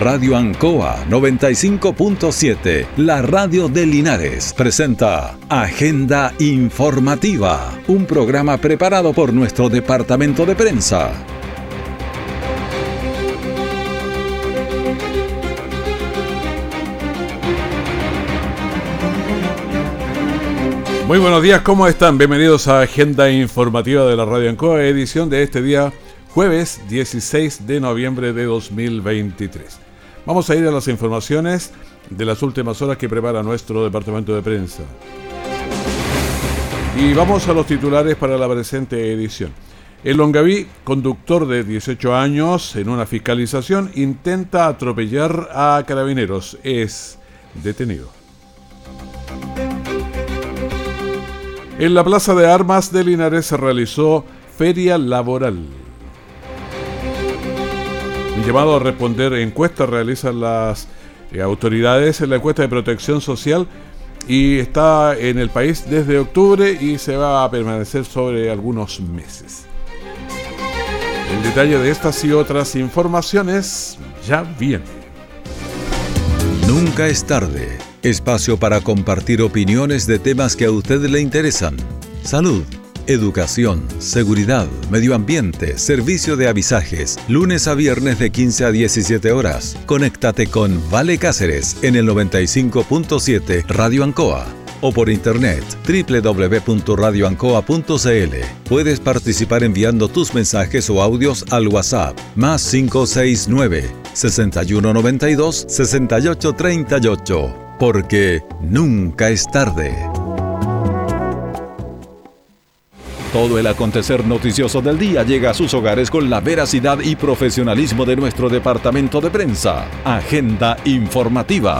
Radio Ancoa 95.7, la radio de Linares, presenta Agenda Informativa, un programa preparado por nuestro departamento de prensa. Muy buenos días, ¿cómo están? Bienvenidos a Agenda Informativa de la Radio Ancoa, edición de este día, jueves 16 de noviembre de 2023. Vamos a ir a las informaciones de las últimas horas que prepara nuestro departamento de prensa. Y vamos a los titulares para la presente edición. En Longaví, conductor de 18 años en una fiscalización intenta atropellar a carabineros. Es detenido. En la Plaza de Armas de Linares se realizó feria laboral. Un llamado a responder encuestas realizan las autoridades en la encuesta de protección social y está en el país desde octubre y se va a permanecer sobre algunos meses. El detalle de estas y otras informaciones ya viene. Nunca es tarde. Espacio para compartir opiniones de temas que a usted le interesan. Salud, educación, seguridad, medio ambiente, servicio de avisajes. Lunes a viernes de 15 a 17 horas. Conéctate con Vale Cáceres en el 95.7 Radio Ancoa o por internet www.radioancoa.cl. Puedes participar enviando tus mensajes o audios al WhatsApp +569 6192 6838. Porque nunca es tarde. Todo el acontecer noticioso del día llega a sus hogares con la veracidad y profesionalismo de nuestro departamento de prensa. Agenda Informativa.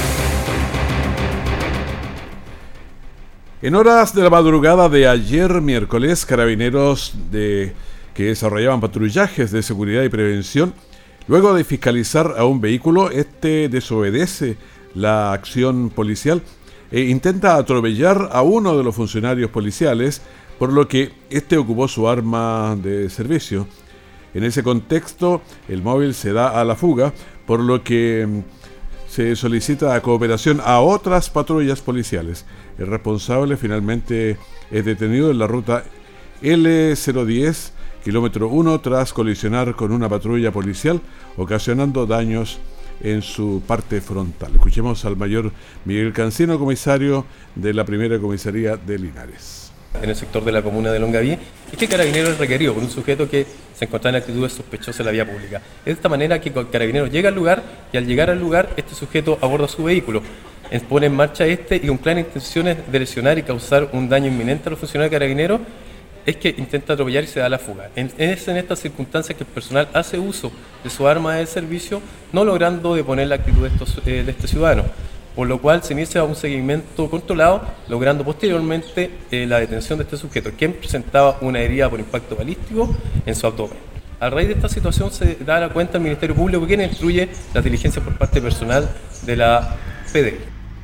En horas de la madrugada de ayer miércoles, carabineros que desarrollaban patrullajes de seguridad y prevención, luego de fiscalizar a un vehículo, desobedece la acción policial e intenta atropellar a uno de los funcionarios policiales, por lo que ocupó su arma de servicio. En ese contexto, el móvil se da a la fuga, por lo que se solicita cooperación a otras patrullas policiales. El responsable finalmente es detenido en la ruta L010, kilómetro 1, tras colisionar con una patrulla policial, ocasionando daños en su parte frontal. Escuchemos al mayor Miguel Cancino, comisario de la primera comisaría de Linares. En el sector de la comuna de Longaví, es que Carabineros es requerido por un sujeto que se encontraba en actitudes sospechosas en la vía pública. Es de esta manera que Carabineros llega al lugar y al llegar al lugar, este sujeto aborda su vehículo, pone en marcha y con claras intenciones de lesionar y causar un daño inminente a los funcionarios de Carabineros, es que intenta atropellar y se da la fuga. Es en estas circunstancias que el personal hace uso de su arma de servicio, no logrando deponer la actitud de este ciudadano, por lo cual se inicia un seguimiento controlado, logrando posteriormente la detención de este sujeto, quien presentaba una herida por impacto balístico en su abdomen. A raíz de esta situación se da la cuenta al Ministerio Público, quien instruye las diligencias por parte personal de la PDI.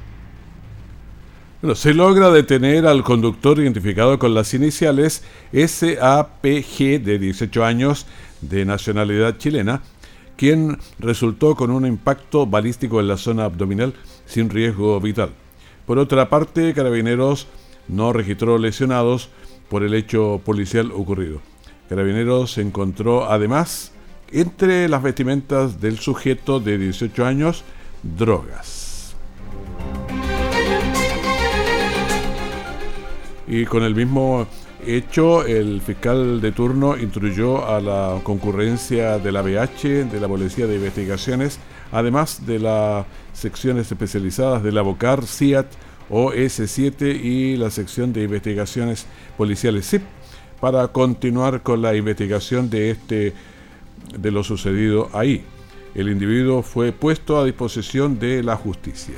Se logra detener al conductor identificado con las iniciales SAPG, de 18 años, de nacionalidad chilena, quien resultó con un impacto balístico en la zona abdominal sin riesgo vital. Por otra parte, Carabineros no registró lesionados por el hecho policial ocurrido. Carabineros encontró además, entre las vestimentas del sujeto de 18 años, drogas. Y con el mismo hecho, el fiscal de turno instruyó a la concurrencia de la BH, de la Policía de Investigaciones, además de las secciones especializadas de la BOCAR, CIAT, OS7 y la sección de investigaciones policiales CIP, para continuar con la investigación de lo sucedido ahí. El individuo fue puesto a disposición de la justicia.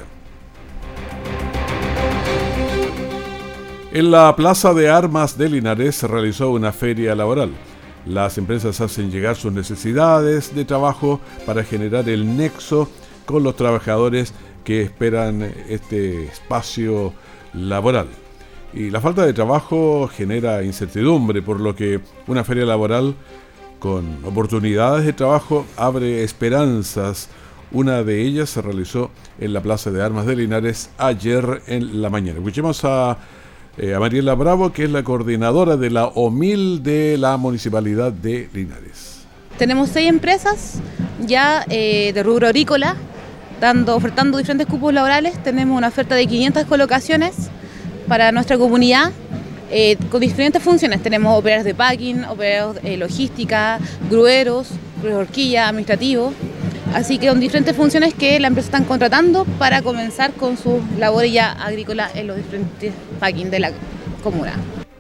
En la Plaza de Armas de Linares se realizó una feria laboral. Las empresas hacen llegar sus necesidades de trabajo para generar el nexo con los trabajadores que esperan este espacio laboral. Y la falta de trabajo genera incertidumbre, por lo que una feria laboral con oportunidades de trabajo abre esperanzas Una de ellas se realizó en la Plaza de Armas de Linares ayer en la mañana. Escuchemos a Mariela Bravo, que es la coordinadora de la OMIL de la Municipalidad de Linares. Tenemos 6 empresas ya de rubro agrícola, ofertando diferentes cupos laborales. Tenemos una oferta de 500 colocaciones para nuestra comunidad, con diferentes funciones. Tenemos operarios de packing, operarios de logística, grueros de horquilla, administrativos. Así que son diferentes funciones que la empresa están contratando para comenzar con sus labores ya agrícolas en los diferentes packing de la comuna.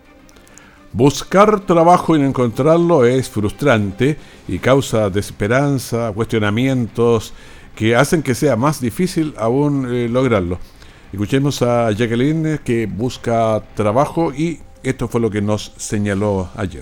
Buscar trabajo y no encontrarlo es frustrante y causa desesperanza, cuestionamientos que hacen que sea más difícil aún lograrlo. Escuchemos a Jacqueline, que busca trabajo, y esto fue lo que nos señaló ayer.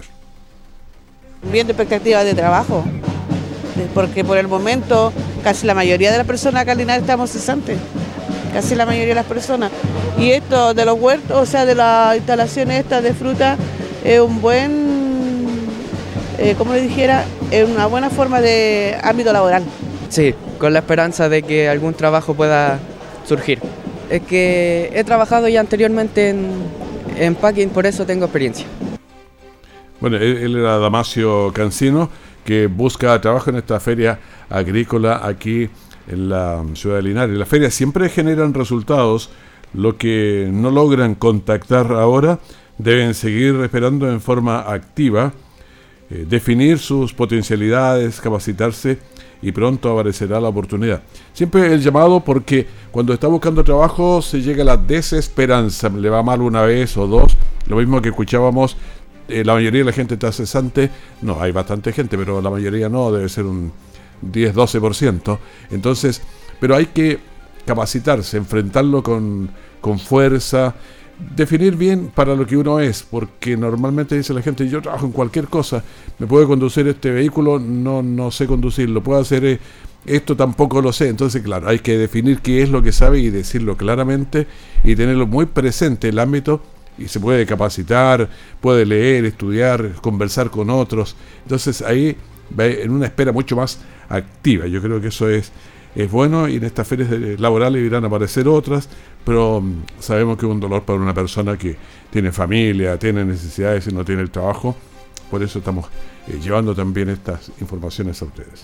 Viendo expectativas de trabajo, porque por el momento casi la mayoría de las personas acá en Linares estamos cesantes, casi la mayoría de las personas. Y esto de los huertos, o sea, de las instalaciones estas de fruta, es un buen, como le dijera, es una buena forma de ámbito laboral. Sí, con la esperanza de que algún trabajo pueda surgir. Es que he trabajado ya anteriormente en packing, por eso tengo experiencia. Bueno, él era Damasio Cancino, que busca trabajo en esta feria agrícola aquí en la ciudad de Linares. Las ferias siempre generan resultados. Lo que no logran contactar ahora deben seguir esperando en forma activa, definir sus potencialidades, capacitarse, y pronto aparecerá la oportunidad. Siempre el llamado, porque cuando está buscando trabajo se llega a la desesperanza, le va mal una vez o dos, lo mismo que escuchábamos, la mayoría de la gente está cesante. No, hay bastante gente, pero la mayoría no, debe ser un 10-12%. Entonces, pero hay que capacitarse, enfrentarlo con fuerza, definir bien para lo que uno es, porque normalmente dice la gente: yo trabajo en cualquier cosa, me puede conducir este vehículo, no sé conducirlo, puedo hacer esto, tampoco lo sé. Entonces, claro, hay que definir qué es lo que sabe y decirlo claramente y tenerlo muy presente el ámbito, y se puede capacitar, puede leer, estudiar, conversar con otros. Entonces ahí va en una espera mucho más activa. Yo creo que eso es bueno, y en estas ferias laborales irán a aparecer otras, pero sabemos que es un dolor para una persona que tiene familia, tiene necesidades y no tiene el trabajo. Por eso estamos llevando también estas informaciones a ustedes.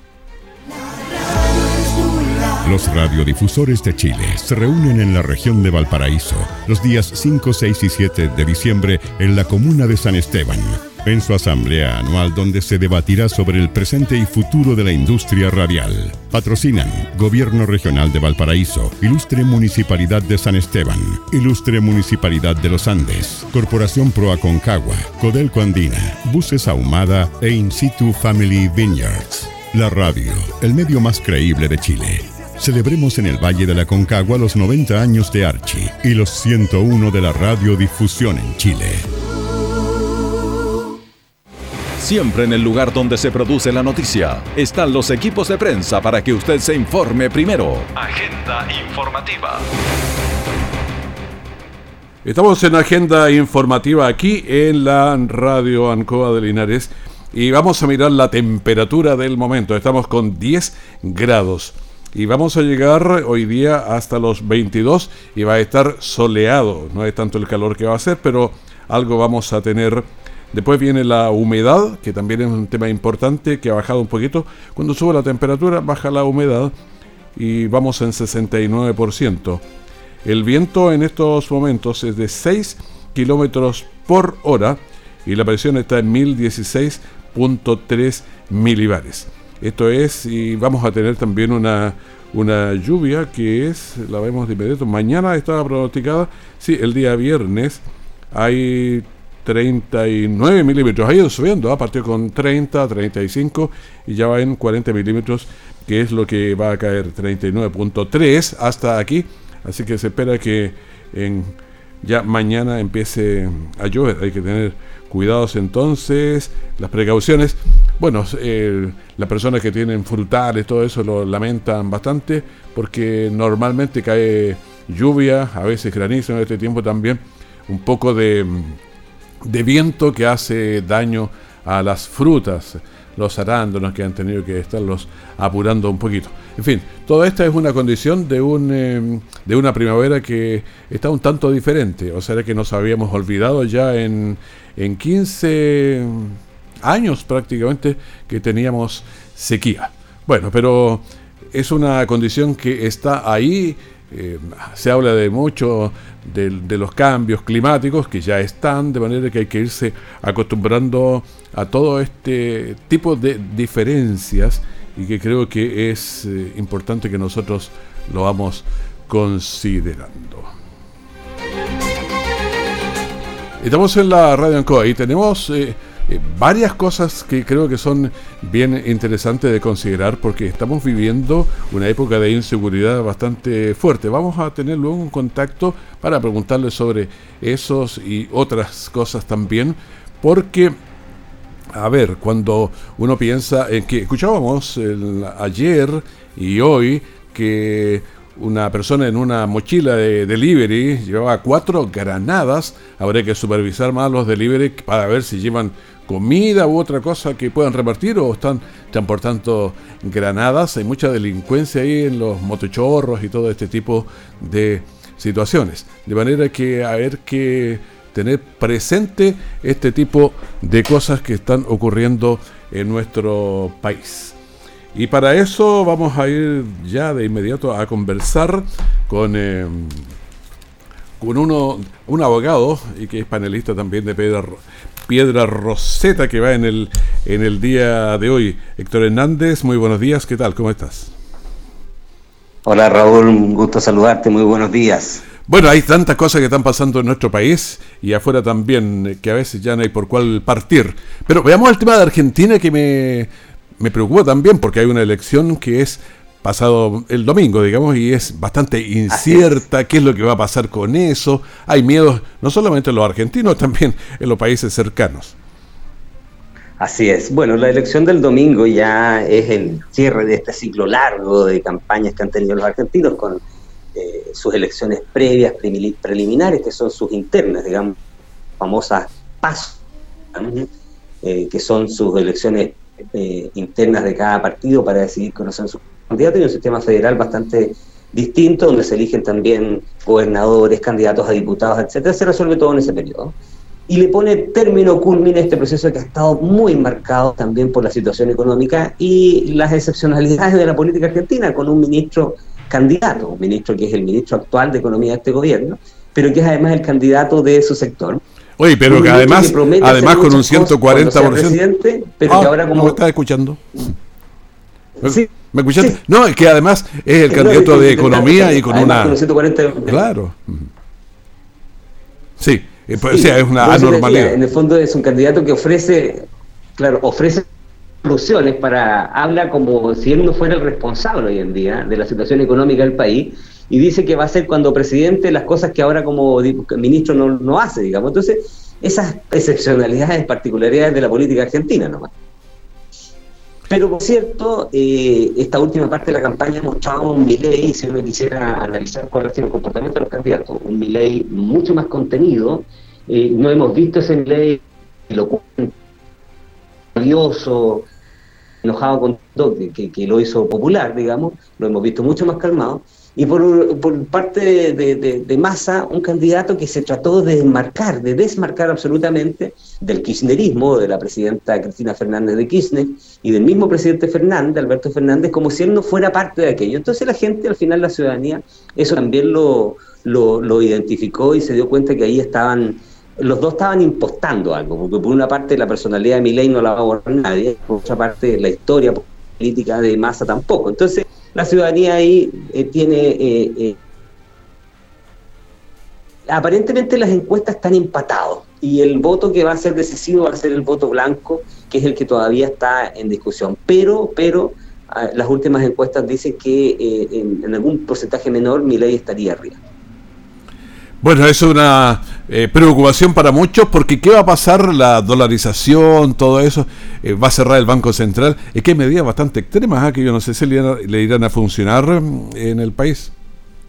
Los radiodifusores de Chile se reúnen en la región de Valparaíso los días 5, 6 y 7 de diciembre en la comuna de San Esteban, en su asamblea anual, donde se debatirá sobre el presente y futuro de la industria radial. Patrocinan Gobierno Regional de Valparaíso, Ilustre Municipalidad de San Esteban, Ilustre Municipalidad de los Andes, Corporación Pro Aconcagua, Codelco Andina, Buses Ahumada e In Situ Family Vineyards. La radio, el medio más creíble de Chile. Celebremos en el Valle de la Aconcagua los 90 años de Archie y los 101 de la radiodifusión en Chile. Siempre en el lugar donde se produce la noticia están los equipos de prensa para que usted se informe primero. Agenda informativa. Estamos en Agenda Informativa aquí en la Radio Ancoa de Linares y vamos a mirar la temperatura del momento. Estamos con 10 grados y vamos a llegar hoy día hasta los 22 y va a estar soleado. No es tanto el calor que va a hacer, pero algo vamos a tener. Después viene la humedad, que también es un tema importante, que ha bajado un poquito. Cuando sube la temperatura, baja la humedad y vamos en 69%. El viento en estos momentos es de 6 kilómetros por hora y la presión está en 1016.3 milibares. Esto es, y vamos a tener también una lluvia que es, la vemos de inmediato, mañana estaba pronosticada, sí, el día viernes hay 39 milímetros, ha ido subiendo, partió con 30, 35 y ya va en 40 milímetros, que es lo que va a caer, 39.3 hasta aquí, así que se espera que ya mañana empiece a llover. Hay que tener cuidados entonces, las precauciones. Bueno, las personas que tienen frutales, todo eso lo lamentan bastante, porque normalmente cae lluvia, a veces granizo en este tiempo también, un poco de viento que hace daño a las frutas. los arándanos que han tenido que estarlos apurando un poquito. En fin, toda esta es una condición de una primavera que está un tanto diferente. O sea que nos habíamos olvidado ya en 15 años prácticamente que teníamos sequía. Bueno, pero es una condición que está ahí. Se habla de mucho de los cambios climáticos que ya están, de manera que hay que irse acostumbrando a todo este tipo de diferencias, y que creo que es importante que nosotros lo vamos considerando. Estamos en la Radio Ancoa y tenemos varias cosas que creo que son bien interesantes de considerar, porque estamos viviendo una época de inseguridad bastante fuerte. Vamos a tener luego un contacto para preguntarle sobre esos y otras cosas también, porque, a ver, cuando uno piensa en que escuchábamos ayer y hoy que una persona en una mochila de delivery llevaba 4 granadas. Habría que supervisar más los delivery para ver si llevan comida u otra cosa que puedan repartir o están transportando granadas. Hay mucha delincuencia ahí en los motochorros y todo este tipo de situaciones. De manera que hay que tener presente este tipo de cosas que están ocurriendo en nuestro país. Y para eso vamos a ir ya de inmediato a conversar con un abogado y que es panelista también de Piedra Roseta, que va en el día de hoy. Héctor Hernández, muy buenos días, ¿qué tal? ¿Cómo estás? Hola Raúl, un gusto saludarte, muy buenos días. Bueno, hay tantas cosas que están pasando en nuestro país y afuera también, que a veces ya no hay por cuál partir. Pero veamos el tema de Argentina, que me preocupa también, porque hay una elección que es pasado el domingo, digamos, y es bastante incierta. ¿Qué es lo que va a pasar con eso? Hay miedos, no solamente en los argentinos, también en los países cercanos. Así es. Bueno, la elección del domingo ya es el cierre de este ciclo largo de campañas que han tenido los argentinos con sus elecciones previas, preliminares, que son sus internas, digamos, famosas PASO, que son sus elecciones internas de cada partido para decidir conocer sus candidatos, y un sistema federal bastante distinto, donde se eligen también gobernadores, candidatos a diputados, etcétera. Se resuelve todo en ese periodo. Y le pone término culmine este proceso que ha estado muy marcado también por la situación económica y las excepcionalidades de la política argentina, con un ministro candidato, un ministro que es el ministro actual de Economía de este gobierno, pero que es además el candidato de su sector. Oye, pero que además con un 140%. Pero que ahora como... ¿Me estás escuchando? Sí. ¿Me escuchaste? Sí. No, es que además es el candidato de Economía y con una... Con 140... Claro. Sí, o sea, es una anormalidad. En el fondo es un candidato que ofrece soluciones habla como si él no fuera el responsable hoy en día de la situación económica del país, y dice que va a hacer cuando presidente las cosas que ahora como ministro no hace, digamos. Entonces, esas excepcionalidades, particularidades de la política argentina nomás. Pero por cierto, esta última parte de la campaña ha mostrado un Milei, si uno quisiera analizar cuál ha sido el comportamiento de los candidatos, un Milei mucho más contenido. No hemos visto ese Milei elocuente, rabioso, enojado con todo, que lo hizo popular, digamos. Lo hemos visto mucho más calmado. Y por parte de Massa, un candidato que se trató de desmarcar absolutamente del kirchnerismo, de la presidenta Cristina Fernández de Kirchner y del mismo presidente Fernández, Alberto Fernández, como si él no fuera parte de aquello. Entonces la gente, al final la ciudadanía, eso también lo identificó y se dio cuenta que ahí los dos estaban impostando algo, porque por una parte la personalidad de Milei no la va a borrar nadie, por otra parte la historia política de Massa tampoco. Entonces la ciudadanía ahí tiene... aparentemente las encuestas están empatados y el voto que va a ser decisivo va a ser el voto blanco, que es el que todavía está en discusión. Pero las últimas encuestas dicen que en algún porcentaje menor Milei estaría arriba. Bueno, es una preocupación para muchos, porque ¿qué va a pasar? La dolarización, todo eso, va a cerrar el Banco Central. Es que hay medidas bastante extremas, que yo no sé si le irán a funcionar en el país.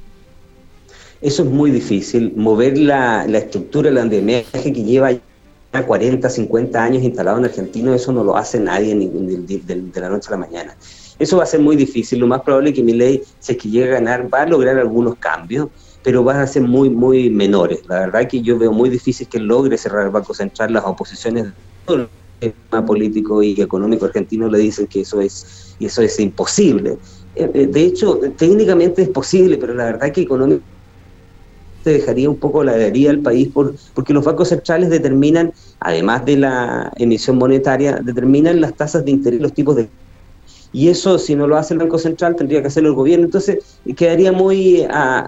Eso es muy difícil, mover la estructura del andamiaje que lleva 40, 50 años instalado en Argentina, eso no lo hace nadie de la noche a la mañana. Eso va a ser muy difícil. Lo más probable es que Milei, si es que llega a ganar, va a lograr algunos cambios, pero van a ser muy, muy menores. La verdad que yo veo muy difícil que logre cerrar el Banco Central. Las oposiciones de todo el sistema político y económico argentino le dicen que eso es imposible. De hecho, técnicamente es posible, pero la verdad que económicamente dejaría un poco la herida al país porque los bancos centrales determinan, además de la emisión monetaria, determinan las tasas de interés, los tipos de... Y eso, si no lo hace el Banco Central, tendría que hacerlo el gobierno. Entonces, quedaría muy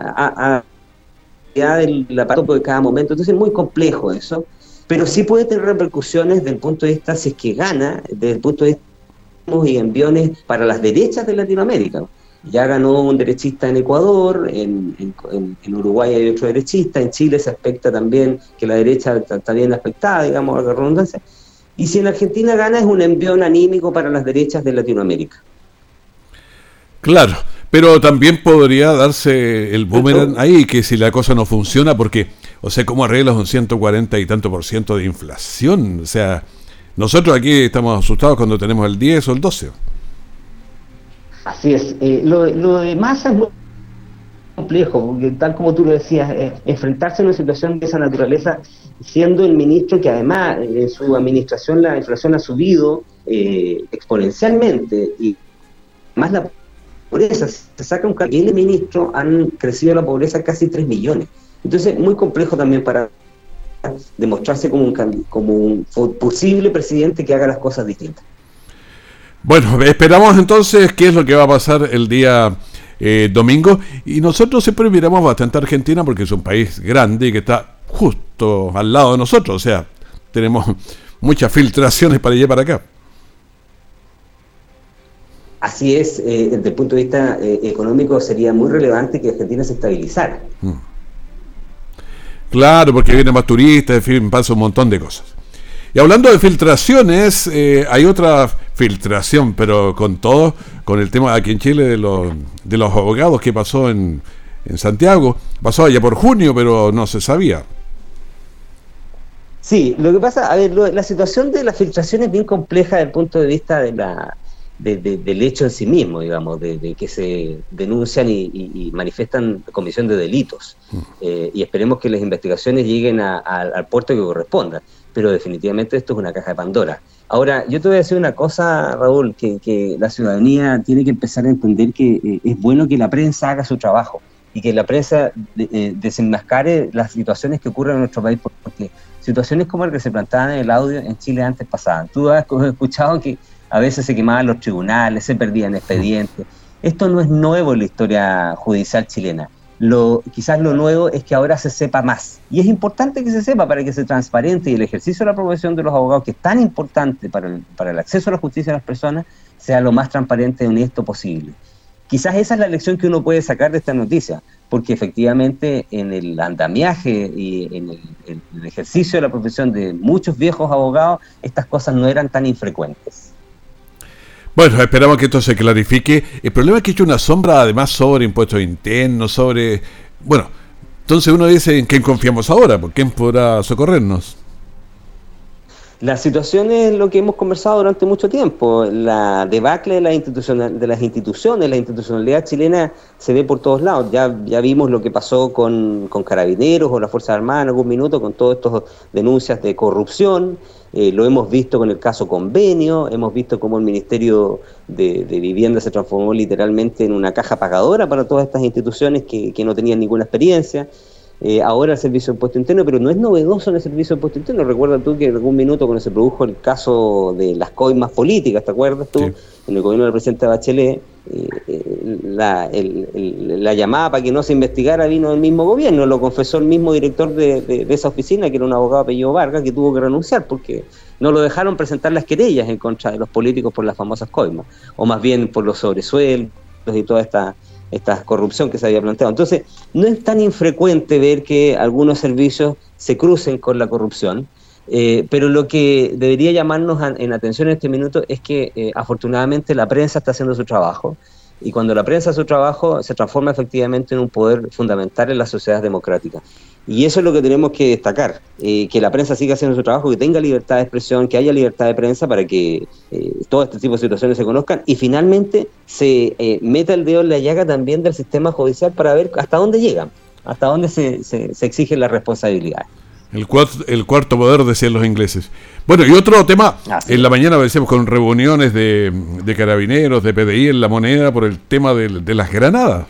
del aparato de cada momento. Entonces, es muy complejo eso. Pero sí puede tener repercusiones desde el punto de vista, si es que gana, desde el punto de vista y enviones para las derechas de Latinoamérica. Ya ganó un derechista en Ecuador, en Uruguay hay otro derechista, en Chile se expecta también que la derecha está bien aspectada, digamos, la redundancia. Y si en Argentina gana, es un envión anímico para las derechas de Latinoamérica. Claro, pero también podría darse el boomerang ahí, que si la cosa no funciona, porque, o sea, ¿cómo arreglas un 140 y tanto por ciento de inflación? O sea, nosotros aquí estamos asustados cuando tenemos el 10 o el 12. Así es. Lo de Massa es muy complejo, porque tal como tú lo decías, enfrentarse a una situación de esa naturaleza, siendo el ministro que además en su administración la inflación ha subido exponencialmente, y más la pobreza, se saca un cálculo, el ministro han crecido la pobreza casi 3 millones. Entonces, muy complejo también para demostrarse como un posible presidente que haga las cosas distintas. Bueno, esperamos entonces qué es lo que va a pasar el día domingo, y nosotros siempre miramos bastante a Argentina porque es un país grande y que está justo al lado de nosotros, o sea, tenemos muchas filtraciones para allá y para acá. Así es, desde el punto de vista económico sería muy relevante que Argentina se estabilizara. Claro, porque vienen más turistas, en fin, pasa un montón de cosas. Y hablando de filtraciones, hay otra filtración, pero con el tema aquí en Chile de los abogados que pasó en Santiago. Pasó allá por junio, pero no se sabía. Sí, lo que pasa, a ver, la situación de la filtración es bien compleja desde el punto de vista del hecho en sí mismo, digamos, de que se denuncian y manifiestan comisión de delitos. Y esperemos que las investigaciones lleguen al puerto que corresponda. Pero definitivamente esto es una caja de Pandora. Ahora, yo te voy a decir una cosa, Raúl, que la ciudadanía tiene que empezar a entender que es bueno que la prensa haga su trabajo y que la prensa desenmascare las situaciones que ocurren en nuestro país, porque situaciones como la que se planteaban en el audio en Chile antes pasaban. Tú has escuchado que a veces se quemaban los tribunales, se perdían expedientes. Esto no es nuevo en la historia judicial chilena. Quizás lo nuevo es que ahora se sepa más. Y es importante que se sepa para que se transparente y el ejercicio de la profesión de los abogados, que es tan importante para el acceso a la justicia de las personas, sea lo más transparente y honesto posible. Quizás esa es la lección que uno puede sacar de esta noticia, porque efectivamente en el andamiaje y en el ejercicio de la profesión de muchos viejos abogados, estas cosas no eran tan infrecuentes. Bueno, esperamos que esto se clarifique. El problema es que ha hecho una sombra además sobre impuestos internos, Bueno, entonces uno dice, ¿en quién confiamos ahora? ¿Por quién podrá socorrernos? La situación es lo que hemos conversado durante mucho tiempo. La debacle de las instituciones, la institucionalidad chilena se ve por todos lados. Ya vimos lo que pasó con Carabineros o las Fuerzas Armadas en algún minuto, con todas estas denuncias de corrupción. Lo hemos visto con el caso Convenio, hemos visto cómo el Ministerio de Vivienda se transformó literalmente en una caja pagadora para todas estas instituciones que no tenían ninguna experiencia. Ahora el Servicio de Impuesto Interno, pero no es novedoso en el Servicio de Impuesto Interno. Recuerda tú que en algún minuto cuando se produjo el caso de las coimas políticas, ¿te acuerdas tú? Sí. En el gobierno del presidente Bachelet, la llamada para que no se investigara vino del mismo gobierno, lo confesó el mismo director de esa oficina, que era un abogado apellido Vargas, que tuvo que renunciar porque no lo dejaron presentar las querellas en contra de los políticos por las famosas coimas, o más bien por los sobresueldos y toda esta corrupción que se había planteado. Entonces, no es tan infrecuente ver que algunos servicios se crucen con la corrupción, pero lo que debería llamarnos en atención en este minuto es que afortunadamente la prensa está haciendo su trabajo, y cuando la prensa hace su trabajo se transforma efectivamente en un poder fundamental en las sociedades democráticas. Y eso es lo que tenemos que destacar, que la prensa siga haciendo su trabajo, que tenga libertad de expresión, que haya libertad de prensa para que todo este tipo de situaciones se conozcan y finalmente se meta el dedo en la llaga también del sistema judicial para ver hasta dónde llegan, hasta dónde se exigen las responsabilidades. El cuarto poder, decían los ingleses. Bueno, y otro tema, en la mañana decíamos con reuniones de carabineros, de PDI en La Moneda por el tema de las granadas.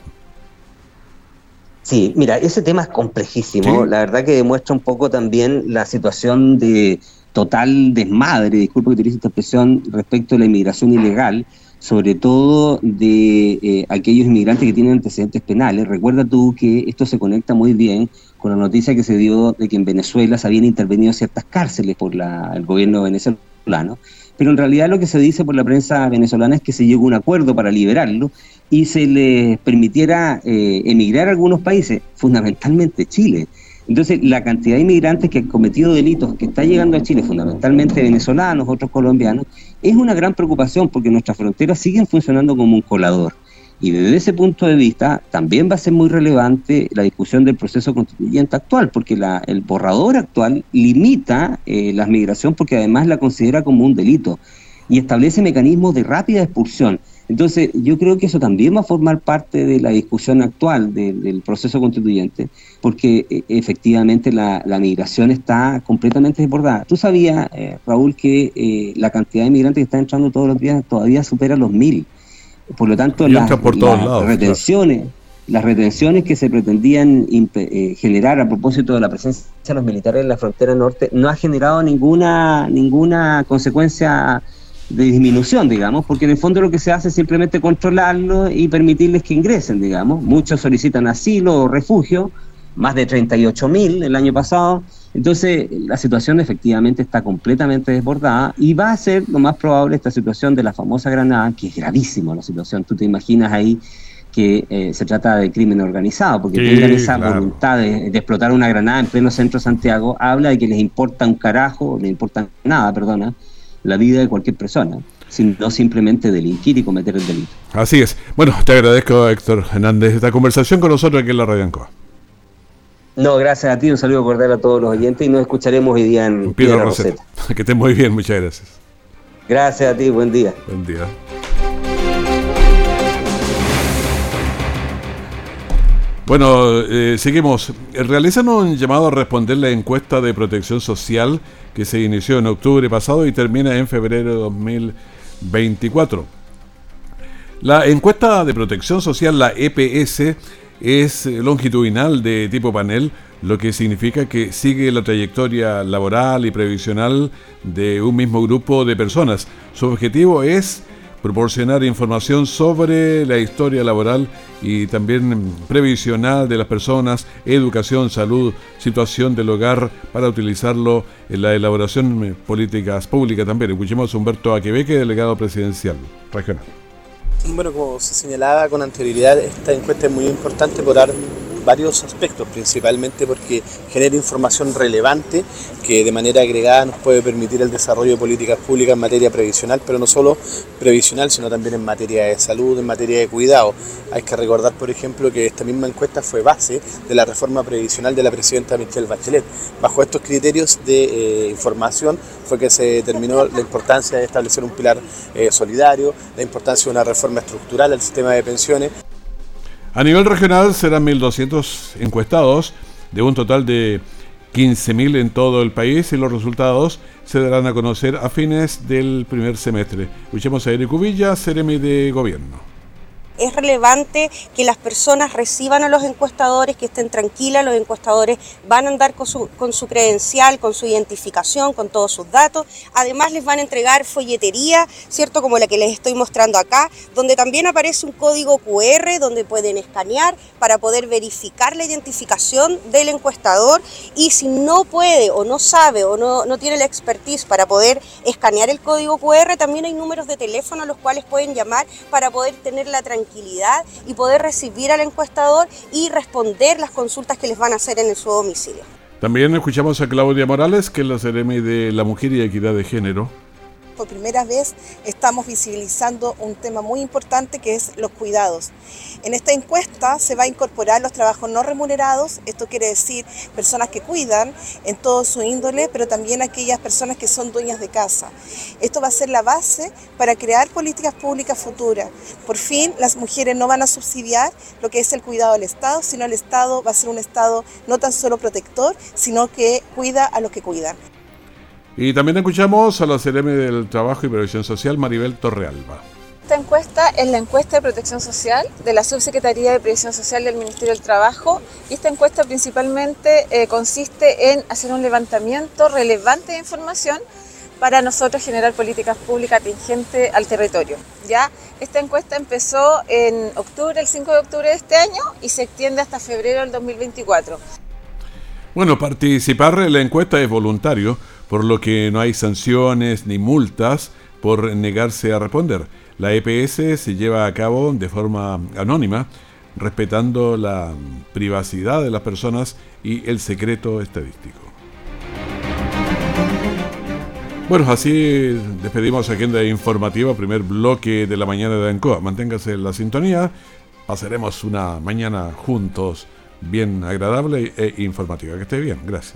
Sí, mira, ese tema es complejísimo, ¿sí? La verdad que demuestra un poco también la situación de total desmadre, disculpa que utilice esta expresión, respecto a la inmigración ilegal, sobre todo de aquellos inmigrantes que tienen antecedentes penales. Recuerda tú que esto se conecta muy bien con la noticia que se dio de que en Venezuela se habían intervenido ciertas cárceles por el gobierno venezolano, pero en realidad lo que se dice por la prensa venezolana es que se llegó a un acuerdo para liberarlo y se les permitiera emigrar a algunos países, fundamentalmente Chile. Entonces, la cantidad de inmigrantes que han cometido delitos, que está llegando a Chile, fundamentalmente venezolanos, otros colombianos, es una gran preocupación porque nuestras fronteras siguen funcionando como un colador. Y desde ese punto de vista, también va a ser muy relevante la discusión del proceso constituyente actual, porque el borrador actual limita la migración porque además la considera como un delito y establece mecanismos de rápida expulsión. Entonces, yo creo que eso también va a formar parte de la discusión actual del proceso constituyente, porque efectivamente la migración está completamente desbordada. Tú sabías, Raúl, que la cantidad de migrantes que están entrando todos los días todavía supera los 1.000. Por lo tanto, las retenciones que se pretendían generar a propósito de la presencia de los militares en la frontera norte no ha generado ninguna consecuencia de disminución, digamos, porque en el fondo lo que se hace es simplemente controlarlo y permitirles que ingresen, digamos. Muchos solicitan asilo o refugio, más de 38.000 el año pasado. Entonces, la situación efectivamente está completamente desbordada y va a ser lo más probable esta situación de la famosa granada, que es gravísima la situación. Tú te imaginas ahí que se trata de crimen organizado, porque sí, tengan esa voluntad de explotar una granada en pleno centro de Santiago, habla de que les importa un carajo, les importa nada, la vida de cualquier persona, sino simplemente delinquir y cometer el delito. Así es. Bueno, te agradezco, Héctor Hernández, esta conversación con nosotros aquí en la Radio Ancoa. No, gracias a ti, un saludo cordial a todos los oyentes y nos escucharemos hoy día en Piedra Roseta. Que estés muy bien, muchas gracias. Gracias a ti, buen día. Buen día. Bueno, seguimos. Realizan un llamado a responder la encuesta de protección social que se inició en octubre pasado y termina en febrero de 2024. La encuesta de protección social, la EPS, es longitudinal de tipo panel, lo que significa que sigue la trayectoria laboral y previsional de un mismo grupo de personas. Su objetivo es proporcionar información sobre la historia laboral y también previsional de las personas, educación, salud, situación del hogar, para utilizarlo en la elaboración de políticas públicas también. Escuchemos a Humberto Aquebeque, delegado presidencial regional. Bueno, como se señalaba con anterioridad, esta encuesta es muy importante por varios aspectos, principalmente porque genera información relevante que de manera agregada nos puede permitir el desarrollo de políticas públicas en materia previsional, pero no solo previsional, sino también en materia de salud, en materia de cuidado. Hay que recordar, por ejemplo, que esta misma encuesta fue base de la reforma previsional de la presidenta Michelle Bachelet. Bajo estos criterios de información fue que se determinó la importancia de establecer un pilar solidario, la importancia de una reforma estructural al sistema de pensiones. A nivel regional serán 1.200 encuestados de un total de 15.000 en todo el país y los resultados se darán a conocer a fines del primer semestre. Escuchemos a Eric Uvilla, Seremi de Gobierno. Es relevante que las personas reciban a los encuestadores, que estén tranquilas. Los encuestadores van a andar con su credencial, con su identificación, con todos sus datos. Además les van a entregar folletería, ¿cierto? Como la que les estoy mostrando acá, donde también aparece un código QR donde pueden escanear para poder verificar la identificación del encuestador, y si no puede o no sabe o no tiene la expertise para poder escanear el código QR, también hay números de teléfono a los cuales pueden llamar para poder tener la tranquilidad y poder recibir al encuestador y responder las consultas que les van a hacer en su domicilio. También escuchamos a Claudia Morales, que es la Seremi de la Mujer y Equidad de Género. por primera vez estamos visibilizando un tema muy importante que es los cuidados. En esta encuesta se va a incorporar los trabajos no remunerados, esto quiere decir personas que cuidan en todo su índole, pero también aquellas personas que son dueñas de casa. Esto va a ser la base para crear políticas públicas futuras. Por fin, las mujeres no van a subsidiar lo que es el cuidado del Estado, sino el Estado va a ser un Estado no tan solo protector, sino que cuida a los que cuidan. Y también escuchamos a la CRM del Trabajo y Previsión Social, Maribel Torrealba. Esta encuesta es la encuesta de protección social de la Subsecretaría de Previsión Social del Ministerio del Trabajo, y esta encuesta principalmente consiste en hacer un levantamiento relevante de información para nosotros generar políticas públicas atingentes al territorio. Ya esta encuesta empezó en octubre, el 5 de octubre de este año, y se extiende hasta febrero del 2024. Bueno, participar en la encuesta es voluntario, por lo que no hay sanciones ni multas por negarse a responder. La EPS se lleva a cabo de forma anónima, respetando la privacidad de las personas y el secreto estadístico. Bueno, así despedimos Agenda Informativa, primer bloque de la mañana de Ancoa. Manténgase en la sintonía, pasaremos una mañana juntos bien agradable e informativa. Que esté bien, gracias.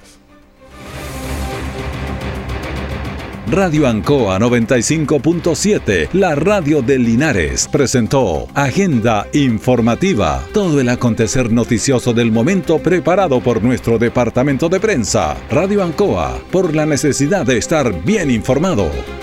Radio Ancoa 95.7, la radio de Linares, presentó Agenda Informativa, todo el acontecer noticioso del momento preparado por nuestro departamento de prensa. Radio Ancoa, por la necesidad de estar bien informado.